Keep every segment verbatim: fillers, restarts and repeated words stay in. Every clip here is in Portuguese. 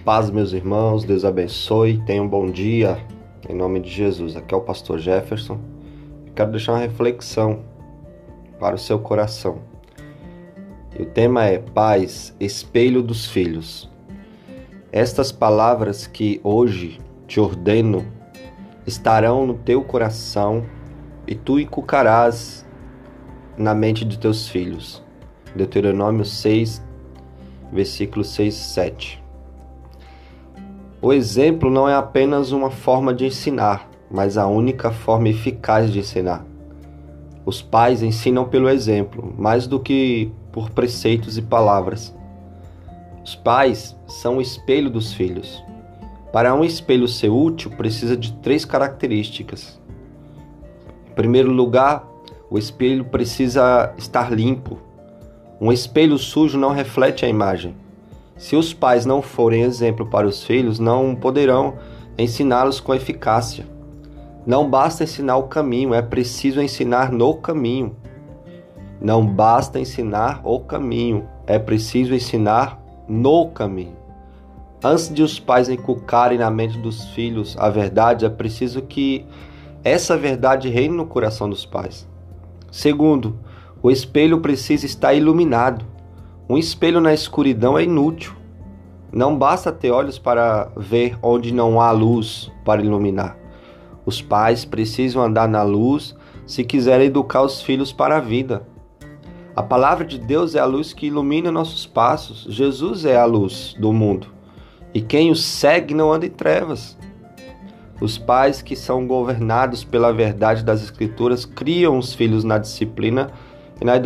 paz, meus irmãos, Deus abençoe, tenham um bom dia, em nome de Jesus. Aqui é o pastor Jefferson. Quero deixar uma reflexão para o seu coração. E o tema é paz, espelho dos filhos. Estas palavras que hoje te ordeno estarão no teu coração e tu inculcarás na mente de teus filhos. Deuteronômio seis, versículos seis e sete. O exemplo não é apenas uma forma de ensinar, mas a única forma eficaz de ensinar. Os pais ensinam pelo exemplo, mais do que por preceitos e palavras. Os pais são o espelho dos filhos. Para um espelho ser útil, precisa de três características. Em primeiro lugar, o espelho precisa estar limpo. Um espelho sujo não reflete a imagem. Se os pais não forem exemplo para os filhos, não poderão ensiná-los com eficácia. Não basta ensinar o caminho, é preciso ensinar no caminho. Não basta ensinar o caminho, é preciso ensinar no caminho. Antes de os pais inculcarem na mente dos filhos a verdade, é preciso que essa verdade reine no coração dos pais. Segundo, o espelho precisa estar iluminado. Um espelho na escuridão é inútil. Não basta ter olhos para ver onde não há luz para iluminar. Os pais precisam andar na luz se quiserem educar os filhos para a vida. A palavra de Deus é a luz que ilumina nossos passos. Jesus é a luz do mundo. E quem o segue não anda em trevas. Os pais que são governados pela verdade das Escrituras criam os filhos na disciplina e na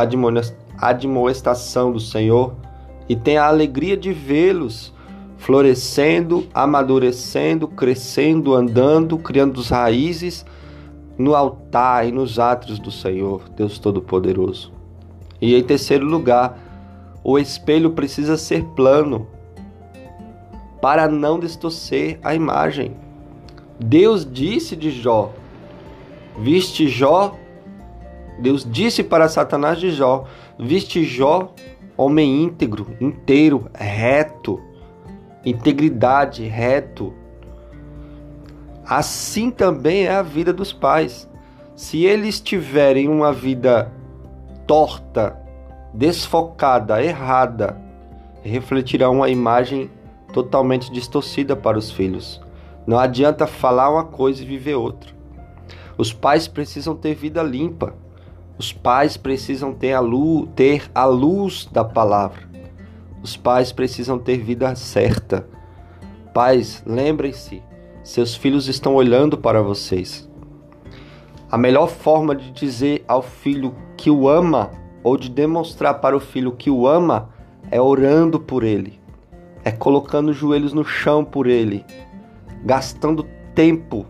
admoestação do Senhor e têm a alegria de vê-los florescendo, amadurecendo, crescendo, andando, criando as raízes no altar e nos átrios do Senhor, Deus Todo-Poderoso. E em terceiro lugar, o espelho precisa ser plano para não distorcer a imagem. Deus disse de Jó, viste Jó, Deus disse para Satanás de Jó, viste Jó, homem íntegro, inteiro, reto, integridade, reto. Assim também é a vida dos pais. Se eles tiverem uma vida torta, desfocada, errada, refletirá uma imagem totalmente distorcida para os filhos. Não adianta falar uma coisa e viver outra. Os pais precisam ter vida limpa. Os pais precisam ter a luz, ter a luz da palavra. Os pais precisam ter vida certa. Pais, lembrem-se, seus filhos estão olhando para vocês. A melhor forma de dizer ao filho que o ama, ou de demonstrar para o filho que o ama, é orando por ele. É colocando os joelhos no chão por ele. Gastando tempo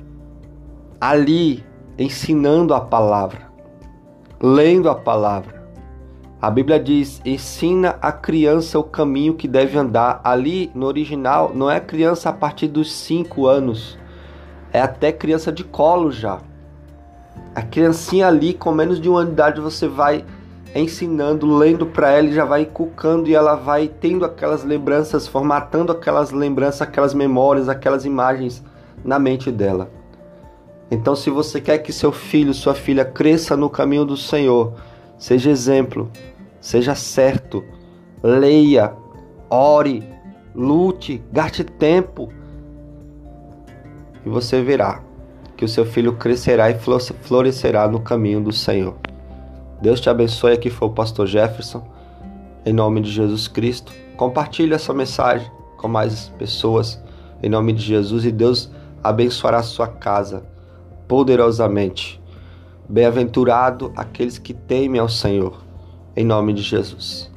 ali, ensinando a palavra. Lendo a palavra. A Bíblia diz, ensina a criança o caminho que deve andar. Ali, no original, não é criança a partir dos cinco anos. É até criança de colo já. A criancinha ali, com menos de um ano de idade, você vai ensinando, lendo para ela e já vai inculcando e ela vai tendo aquelas lembranças, formatando aquelas lembranças, aquelas memórias, aquelas imagens na mente dela. Então, se você quer que seu filho, sua filha cresça no caminho do Senhor, seja exemplo, seja certo, leia, ore, lute, gaste tempo. E você verá que o seu filho crescerá e florescerá no caminho do Senhor. Deus te abençoe. Aqui foi o pastor Jefferson, em nome de Jesus Cristo. Compartilhe essa mensagem com mais pessoas, em nome de Jesus, e Deus abençoará a sua casa poderosamente. Bem-aventurado aqueles que temem ao Senhor, em nome de Jesus.